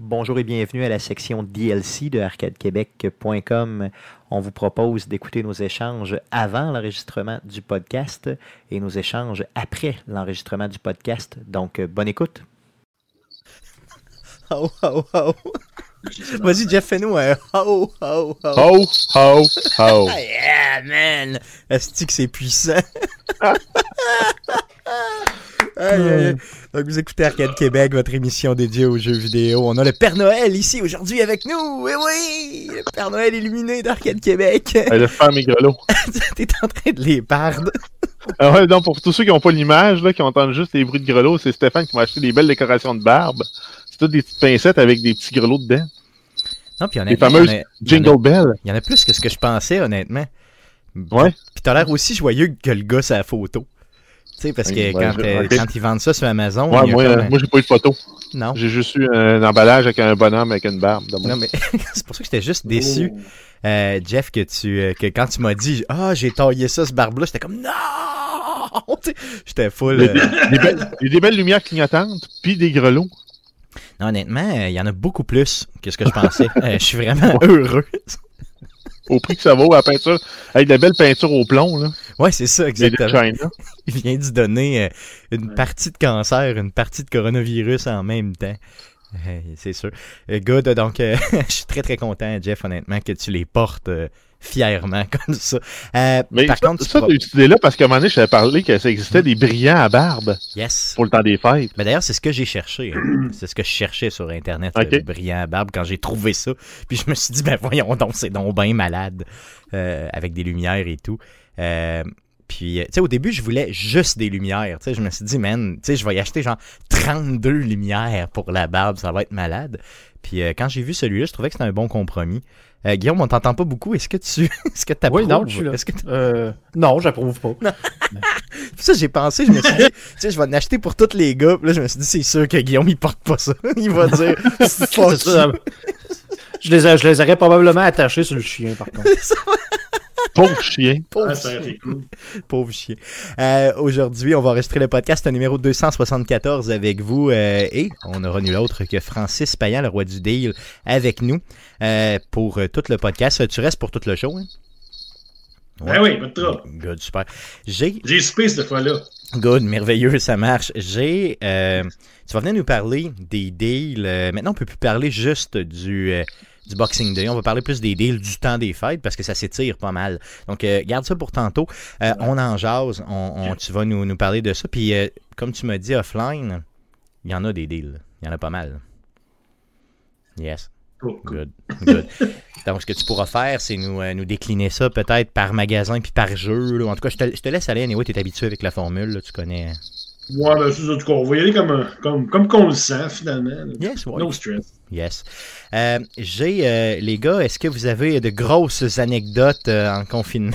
Bonjour et bienvenue à la section DLC de arcadequebec.com. On vous propose d'écouter nos échanges avant l'enregistrement du podcast et nos échanges après l'enregistrement du podcast. Donc, bonne écoute. Ho, ho, ho. Vas-y, Jeff, fais-nous un ho, ho, ho. Ho, ho, ho. Yeah, man! Est-ce que c'est puissant? Donc, vous écoutez Arcade Québec, votre émission dédiée aux jeux vidéo. On a le Père Noël ici aujourd'hui avec nous. Oui, le Père Noël illuminé d'Arcade Québec. Le faire mes grelots. T'es en train de les perdre. Ouais, donc pour tous ceux qui n'ont pas l'image, là, qui entendent juste les bruits de grelots, c'est Stéphane qui m'a acheté des belles décorations de barbe. C'est toutes des petites pincettes avec des petits grelots dedans. Non, puis les fameuses Jingle Bell. Il y en a plus que ce que je pensais, honnêtement. Ouais. Puis t'as l'air aussi joyeux que le gars sur la photo. Tu sais, parce que quand ils vendent ça sur Amazon... Ouais, moi j'ai pas eu de photo. Non. J'ai juste eu un emballage avec un bonhomme avec une barbe. Non, mais c'est pour ça que j'étais juste déçu, Jeff, que quand tu m'as dit « Ah, j'ai taillé ça, ce barbe-là », j'étais comme « Non! » J'étais full... Des belles lumières clignotantes, puis des grelots. Non, honnêtement, il y en a beaucoup plus que ce que je pensais. Je suis vraiment heureux. Au prix que ça vaut, la peinture, avec de la belle peinture au plomb, là. Ouais, c'est ça, exactement. China. Il vient d'y donner une partie de cancer, une partie de coronavirus en même temps. C'est sûr. Good, donc je suis très très content, Jeff, honnêtement, que tu les portes fièrement comme ça. Mais par contre, tu as eu cette idée-là parce qu'à un moment donné, je t'avais parlé que ça existait des brillants à barbe. Yes. Pour le temps des fêtes. Mais d'ailleurs, c'est ce que j'ai cherché. C'est ce que je cherchais sur Internet, le brillant à barbe, quand j'ai trouvé ça. Puis je me suis dit, ben voyons donc, c'est donc bien malade, avec des lumières et tout. Puis, tu sais, au début, je voulais juste des lumières. Tu sais, je me suis dit, man, tu sais, je vais y acheter genre 32 lumières pour la barbe, ça va être malade. Puis, quand j'ai vu celui-là, je trouvais que c'était un bon compromis. Guillaume, on t'entend pas beaucoup. Est-ce que t'approuves? Oui, non, je suis là. Non, j'approuve pas. Ça, j'ai pensé, je me suis dit, tu sais, je vais en acheter pour tous les gars. Puis là, je me suis dit, c'est sûr que Guillaume, il porte pas ça. Il va dire, fuck ça. Je les aurais probablement attachés sur le chien, par contre. Pauvre chien. Pauvre chien. Aujourd'hui, on va enregistrer le podcast numéro 274 avec vous et on aura nul autre que Francis Payan, le roi du deal, avec nous pour tout le podcast. Tu restes pour tout le show, hein? Ouais. Ben oui, pas de trouble. Good, super. J'ai space cette fois-là. Good, merveilleux, ça marche. Tu vas venir nous parler des deals. Maintenant, on peut plus parler juste du Boxing Day. On va parler plus des deals du temps des fêtes parce que ça s'étire pas mal. Donc, garde ça pour tantôt. On en jase. Tu vas nous parler de ça. Puis, comme tu m'as dit offline, il y en a des deals. Il y en a pas mal. Yes. Good. Donc, ce que tu pourras faire, c'est nous décliner ça peut-être par magasin puis par jeu. Là. En tout cas, je te laisse aller. Anyway, tu es habitué avec la formule. Là, tu connais. Ouais, ben c'est ça. En tout cas, on va y aller comme qu'on le sent, finalement. Yes, ouais. No stress. Yes. Les gars, est-ce que vous avez de grosses anecdotes en confinement?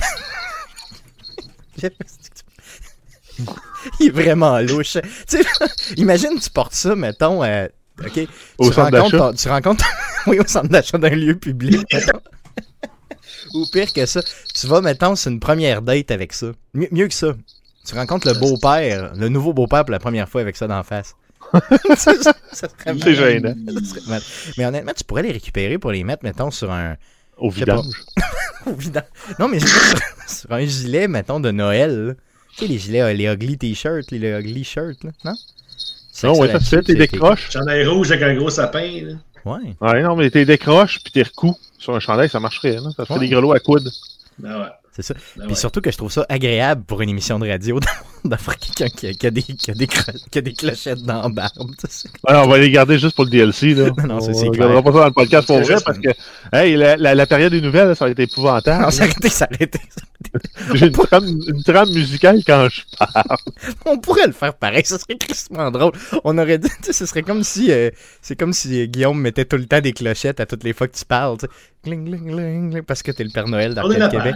Il est vraiment louche. Tu sais, imagine, tu portes ça, mettons, OK. Tu rencontres oui, au centre d'achat d'un lieu public, mettons. Ou pire que ça, tu vas, mettons, sur une première date avec ça. Mieux que ça. Tu rencontres le beau-père, le nouveau beau-père pour la première fois avec ça d'en face. C'est gênant. Mais honnêtement, tu pourrais les récupérer pour les mettre, mettons, sur un... Au vidange. Au vidange. Non, mais sur un gilet, mettons, de Noël. Là. Tu sais, les gilets, les ugly t-shirts, les ugly shirts, là, non? Non, ouais, ça se fait, t'es décroches. Chandail rouge avec un gros sapin, là. Ouais. Ouais, non, mais t'es décroches puis t'es recous. Sur un chandail, ça marcherait, là. Ça ferait des grelots à coude. Ben ouais. C'est ça. Puis surtout que je trouve ça agréable pour une émission de radio d'avoir quelqu'un qui a des clochettes dans la barbe. Alors, on va les garder juste pour le DLC. Là. Non, c'est on clair. ne gardera pas ça dans le podcast pour vrai parce que hey, la période des nouvelles, là, ça va être épouvantable. Non, ça a été. J'ai une trame musicale quand je parle. On pourrait le faire pareil, ça serait crissement drôle. On aurait dit, ce serait comme si c'est comme si Guillaume mettait tout le temps des clochettes à toutes les fois que tu parles. T'sais. Gling, gling, gling, gling, parce que t'es le Père Noël d'Arcade Québec.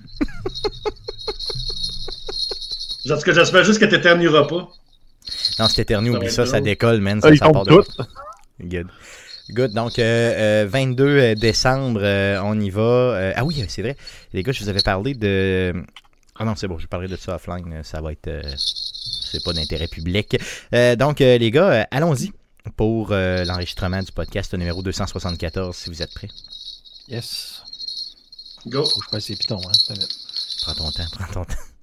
En tout cas, j'espère juste que t'éternueras pas. Non, si t'éternues, oublie ça, ça décolle, man. Ça part de tout. Good. Donc, 22 décembre, on y va. Ah oui, c'est vrai. Les gars, je vous avais parlé de... Ah non, c'est bon, je parlerai de ça offline. Ça va être... c'est pas d'intérêt public. Donc, les gars, allons-y. pour l'enregistrement du podcast numéro 274, si vous êtes prêts. Yes. Go. Faut que je passe les pitons, hein. Ça va. Prends ton temps.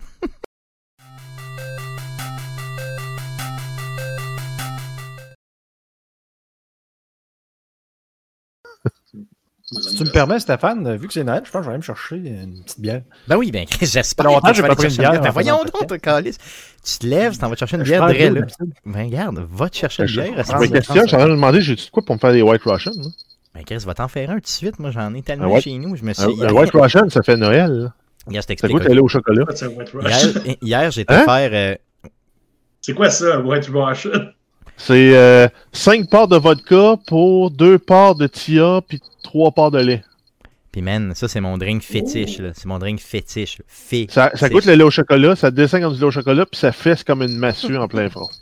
Si tu me permets, Stéphane, vu que c'est Noël, je pense que je vais aller me chercher une petite bière. Ben oui, ben j'espère. Ça fait longtemps que j'ai pas pris une bière. Ben en voyons faisant donc, calice. Tu te lèves, t'en vas te chercher une Je bière prends de deux, là. d'habitude. Ben regarde, va te chercher une bière. C'est pas une question, je suis en train de me demander, j'ai-tu de quoi pour me faire des White Russian? Là? Ben Chris, va t'en faire un tout de suite. Moi, j'en ai tellement white- chez nous. Je me suis... Un White Russian, ça fait Noël. Là. Hier, je Ça t'explique. goûte le lait au chocolat. C'est un White Russian. Hier, j'étais Hein? faire... C'est quoi ça, un White Russian? C'est 5 parts de vodka pour 2 parts de Tia puis 3 parts de lait. Puis man, ça, c'est mon drink fétiche. Là. C'est mon drink fétiche. Ça goûte le lait au chocolat, ça descend comme du lait au chocolat, puis ça fesse comme une massue en plein front.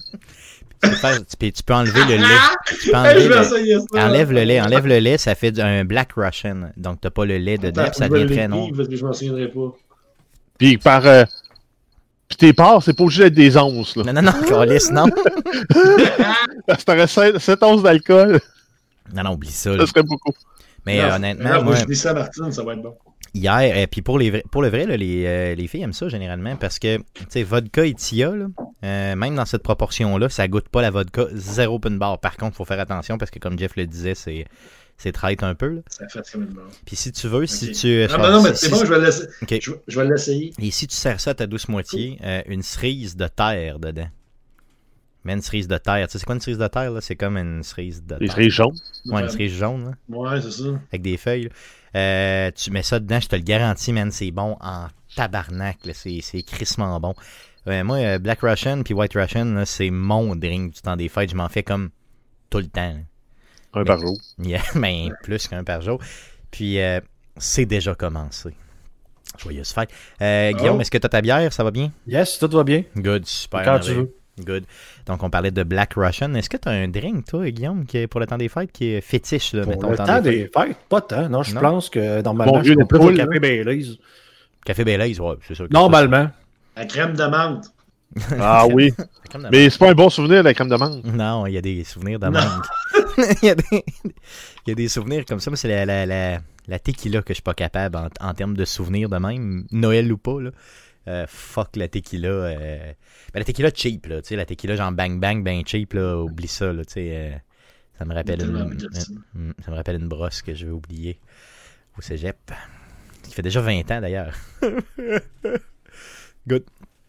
Tu peux enlever le lait. Tu peux Hey, enlever je vais le... essayer ça. Enlève le lait, ça fait un Black Russian. Donc, t'as pas le lait dedans, puis ça devient très noir. Parce que je m'en souviendrai pas. Puis puis tes parts, c'est pas obligé d'être des onces, là. Non, calice, non. Si t'aurais 7 onces d'alcool, Non, oublie ça. ça Là. serait beaucoup. Mais Non, honnêtement, non, moi, je dis ça à Martine, ça va être bon. hier, puis pour le vrai, là, les filles aiment ça généralement parce que, tu sais, vodka et Tia, là, même dans cette proportion-là, ça goûte pas la vodka, 0 open bar. Par contre, il faut faire attention parce que, comme Jeff le disait, c'est traite un peu. Là. Ça fait comme une barre. Puis si tu veux, si Ok. tu... Non, mais c'est bon, je vais laisser. Ok. Je vais l'essayer. Et si tu sers ça à ta douce moitié, une cerise de terre dedans. Mais une cerise de terre, tu sais, c'est quoi une cerise de terre, là? C'est comme une cerise de Les terre. cerises jaunes. Ouais, une cerise jaune, là, Ouais, c'est ça. avec des feuilles. Là. Tu mets ça dedans, je te le garantis, man, c'est bon en tabarnak, là, c'est crissement bon. Moi, Black Russian puis White Russian, là, c'est mon drink du temps des fêtes, je m'en fais comme tout le temps. Là. Un par jour. Yeah, ben, plus qu'un par jour. Puis, c'est déjà commencé. Joyeuse fête. Guillaume, est-ce que tu as ta bière? Ça va bien? Yes, tout va bien. Good, super. Quand tu merveilleux. veux. Good. Donc, on parlait de Black Russian. Est-ce que tu as un drink, toi, Guillaume, qui est pour le temps des fêtes, qui est fétiche, là, Pour mettons, le temps temps des des fêtes, pas tant. Non, je Non. pense que normalement, Bon je vieux suis plus Deadpool, au café Baileys. Café Baileys, ouais, c'est sûr. que Normalement. La crème de menthe. Ah oui. c'est comme Mais c'est pas un bon souvenir, la crème de menthe. Non, il y a des souvenirs de Non. manque. il y a des souvenirs comme ça. Moi, c'est la tequila que je suis pas capable en termes de souvenirs de même, Noël ou pas. Là. Fuck la tequila. Ben, la tequila cheap, là, tu sais, la tequila genre bang bang, ben cheap, là, oublie ça. Là, tu sais, ça me rappelle ça me rappelle une brosse que je vais oublier au cégep. Qui fait déjà 20 ans d'ailleurs. Good.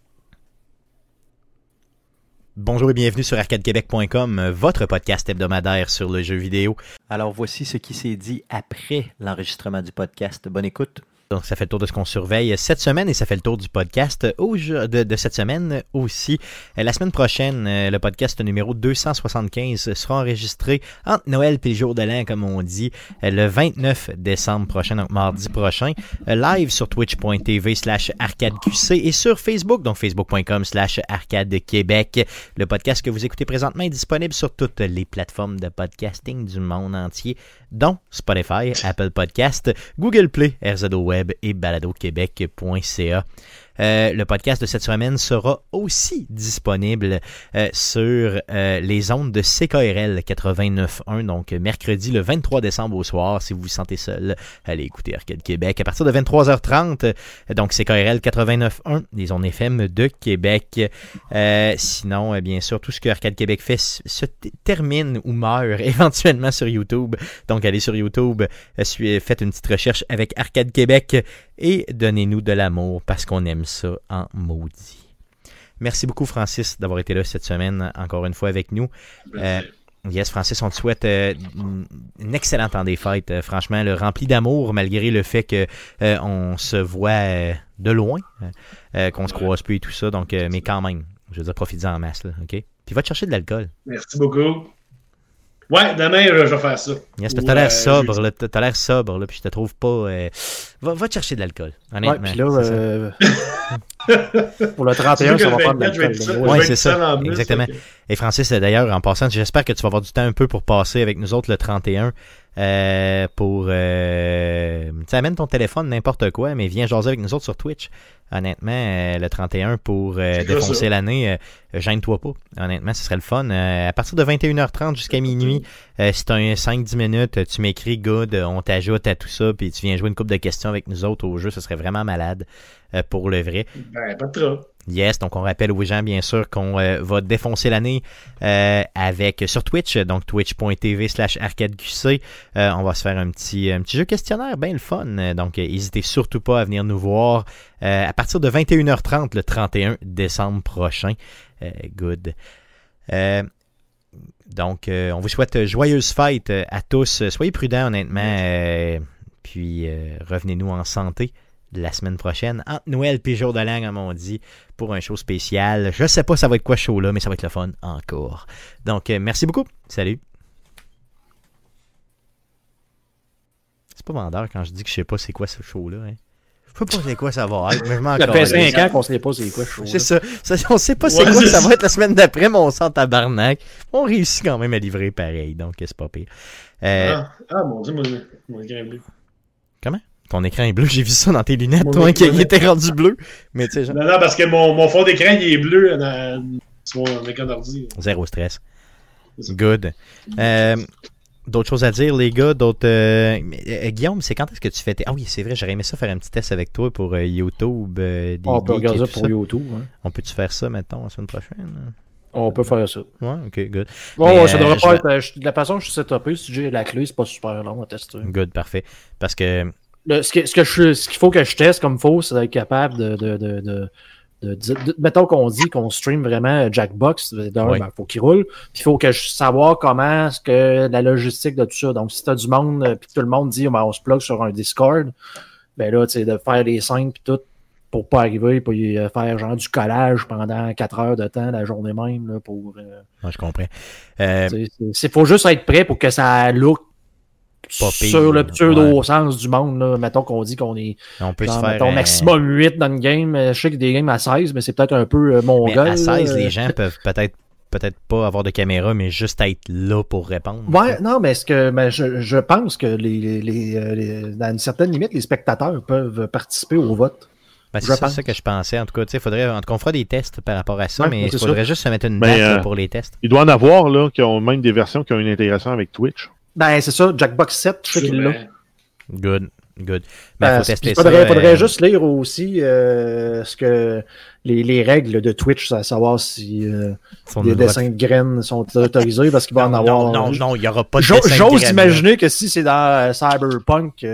Bonjour et bienvenue sur arcadequebec.com, votre podcast hebdomadaire sur le jeu vidéo. Alors voici ce qui s'est dit après l'enregistrement du podcast. Bonne écoute. Donc, ça fait le tour de ce qu'on surveille cette semaine et ça fait le tour du podcast de cette semaine aussi. La semaine prochaine, le podcast numéro 275 sera enregistré entre Noël et le jour de l'an, comme on dit, le 29 décembre prochain, donc mardi prochain, live sur twitch.tv/arcadeqc et sur Facebook, donc facebook.com/arcadequebec. Le podcast que vous écoutez présentement est disponible sur toutes les plateformes de podcasting du monde entier, dont Spotify, Apple Podcast, Google Play, RZO Web et baladoquebec.ca. Le podcast de cette semaine sera aussi disponible sur les ondes de CKRL 89.1, donc mercredi le 23 décembre au soir. Si vous vous sentez seul, allez écouter Arcade Québec à partir de 23h30. Donc CKRL 89.1, les ondes FM de Québec. Sinon, bien sûr, tout ce que Arcade Québec fait se termine ou meurt éventuellement sur YouTube. Donc allez sur YouTube, faites une petite recherche avec Arcade Québec et donnez-nous de l'amour parce qu'on aime ça en maudit. Merci beaucoup, Francis, d'avoir été là cette semaine, encore une fois avec nous. Yes, Francis, on te souhaite une excellente temps des fêtes. Franchement, rempli d'amour, malgré le fait que on se voit de loin, qu'on se croise plus et tout ça. Donc, mais quand même, je veux dire, profitez-en en masse, là, OK? Puis va te chercher de l'alcool. Merci beaucoup. Ouais, demain, je vais faire ça. Yes, parce que t'as l'air sobre, là. T'as l'air sobre, là, puis je te trouve pas... Va te chercher de l'alcool, Ouais, honnêtement. puis là, c'est ça. pour le 31, ça va prendre de je vais l'alcool. être ça. là. Ouais, Je vais c'est être ça. seul en plus, Exactement. fait que- Et Francis, d'ailleurs, en passant, j'espère que tu vas avoir du temps un peu pour passer avec nous autres le 31. Pour tu amènes ton téléphone, n'importe quoi, mais viens jaser avec nous autres sur Twitch. Honnêtement, le 31 pour défoncer ça. l'année, gêne-toi pas. Honnêtement, ce serait le fun. À partir de 21h30 jusqu'à minuit, si tu as un 5-10 minutes, tu m'écris good, on t'ajoute à tout ça, puis tu viens jouer une couple de questions avec nous autres au jeu, ce serait vraiment malade pour le vrai. Ben, pas de trop. Yes, donc on rappelle aux gens bien sûr qu'on va défoncer l'année sur Twitch, donc twitch.tv/arcadeqc. On va se faire un petit jeu questionnaire, bien le fun. Donc n'hésitez surtout pas à venir nous voir à partir de 21h30 le 31 décembre prochain. Good. Donc on vous souhaite joyeuses fêtes à tous. Soyez prudents honnêtement. Puis revenez-nous en santé la semaine prochaine, entre Noël et Jour de l'An, comme on dit, pour un show spécial. Je sais pas ça va être quoi ce show-là, mais ça va être le fun encore. Donc, merci beaucoup. Salut. C'est pas vendeur quand je dis que je sais pas c'est quoi ce show-là. Hein. Je sais pas c'est quoi ça va être, mais je m'en Ça fait calisse. 5 ans qu'on sait pas c'est quoi. C'est ça. On sait pas c'est Ouais, quoi c'est ça ça. va être la semaine d'après, mais on sent tabarnak. On réussit quand même à livrer pareil, donc c'est pas pire. Mon Dieu, mon écran est bleu. Ton écran est bleu, j'ai vu ça dans tes lunettes, Mon toi, écran- qui était rendu bleu. Mais tu sais, genre, Non, parce que mon fond d'écran, il est bleu sur mon écran d'ordi. zéro stress. C'est ça. Good. D'autres choses à dire, les gars? Guillaume, c'est quand est-ce que tu fais Ah oui, c'est vrai, j'aurais aimé ça faire un petit test avec toi pour YouTube. On peut geeks et regarder ça tout pour YouTube. Hein. On peut-tu faire ça, maintenant la semaine prochaine? On peut faire ça. Ouais, ok, good. Bon, Mais, ça devrait je pas vais- être. De la façon que je suis setupé, si j'ai la clé, c'est pas super long à tester. Good, parfait. Parce que, Ce qu'il faut que je teste comme faut, c'est d'être capable mettons qu'on dit qu'on stream vraiment Jackbox, Oui. faut qu'il roule. Puis il faut que je savoir comment est-ce que la logistique de tout ça. Donc, si tu as du monde, puis tout le monde dit on se plug sur un Discord, ben là, tu sais, de faire des scènes puis tout pour pas arriver, puis faire genre du collage pendant 4 heures de temps la journée même là, pour. moi, je comprends. Il faut juste être prêt pour que ça look Pas pire, sur le ouais. pseudo-sens du monde. Là. Mettons qu'on dit qu'on est On peut genre, se faire. mettons, maximum 8 dans une game. Je sais qu'il y a des games à 16, mais c'est peut-être un peu mon Mais gars. à 16, là. les gens peuvent peut-être pas avoir de caméra, mais juste être là pour répondre. Ouais, non, mais je pense que dans une certaine limite, les spectateurs peuvent participer au vote. Ben, Je c'est pense. ça que je pensais. En tout cas, on fera des tests par rapport à ça, Ouais, mais c'est il ça. faudrait juste se mettre une Ben, date là, pour les tests. Il doit en avoir là, qui ont même des versions qui ont une intégration avec Twitch. Ben, c'est ça, Jackbox 7, je sais qu'il l'a. Good. Ben, faut tester Il ça. faudrait juste lire aussi ce que les règles de Twitch, à savoir si Son les droit de- dessins de graines sont autorisés parce qu'il va en avoir. Non, il n'y aura pas de dessin de J'ose graines, imaginer que si c'est dans Cyberpunk,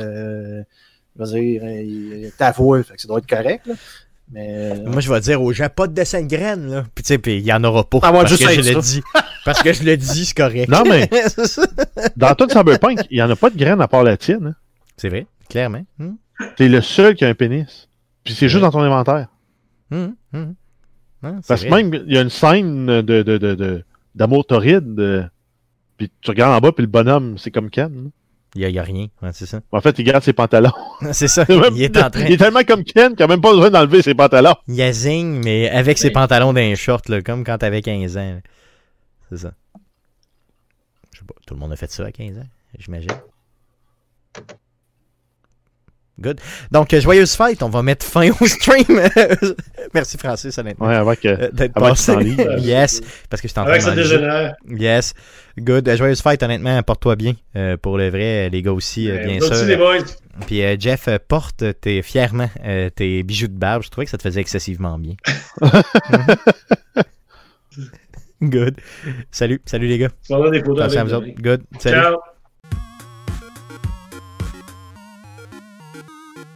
vas-y, il t'avoue, fait que ça doit être correct. Là. Mais là. Moi, je vais dire aux gens, pas de dessin de graines, là. Puis, tu sais, il n'y en aura pas. Ah ouais, parce juste que je être le ça. dis. Parce que je le dis, c'est correct. Non, mais C'est ça. dans tout Cyberpunk, il n'y en a pas de graines à part la tienne. Hein. C'est vrai, clairement. T'es le seul qui a un pénis. Puis c'est juste dans ton inventaire. Non, c'est Parce que vrai. même, il y a une scène d'amour torride. Puis tu regardes en bas, puis le bonhomme, c'est comme Ken. Hein. Il y a rien. Ouais, c'est ça. En fait, il garde ses pantalons. C'est ça. Même- Il est en train. Il est tellement comme Ken qu'il n'a même pas besoin d'enlever ses pantalons. Il zigne, mais avec ses pantalons d'un short, là, comme quand t'avais 15 ans. là. C'est ça. Je sais pas, tout le monde a fait ça à 15 ans, j'imagine. Good. Donc, joyeuse fête, on va mettre fin au stream. Merci Francis, honnêtement. Ouais, avec. D'être avant passé. qu'il s'en livre. Yes, parce que je suis en train Avec de ça manger. dégénère. Yes. Good. Joyeuse fête, honnêtement, porte-toi bien. Pour le vrai, les gars aussi, bien Vous aussi, sûr. les boys. Puis Jeff, porte fièrement tes bijoux de barbe. Je trouvais que ça te faisait excessivement bien. Good. Salut les gars. Tu vas avoir des photos Attention à avec vous autres. Good. Salut. Ciao.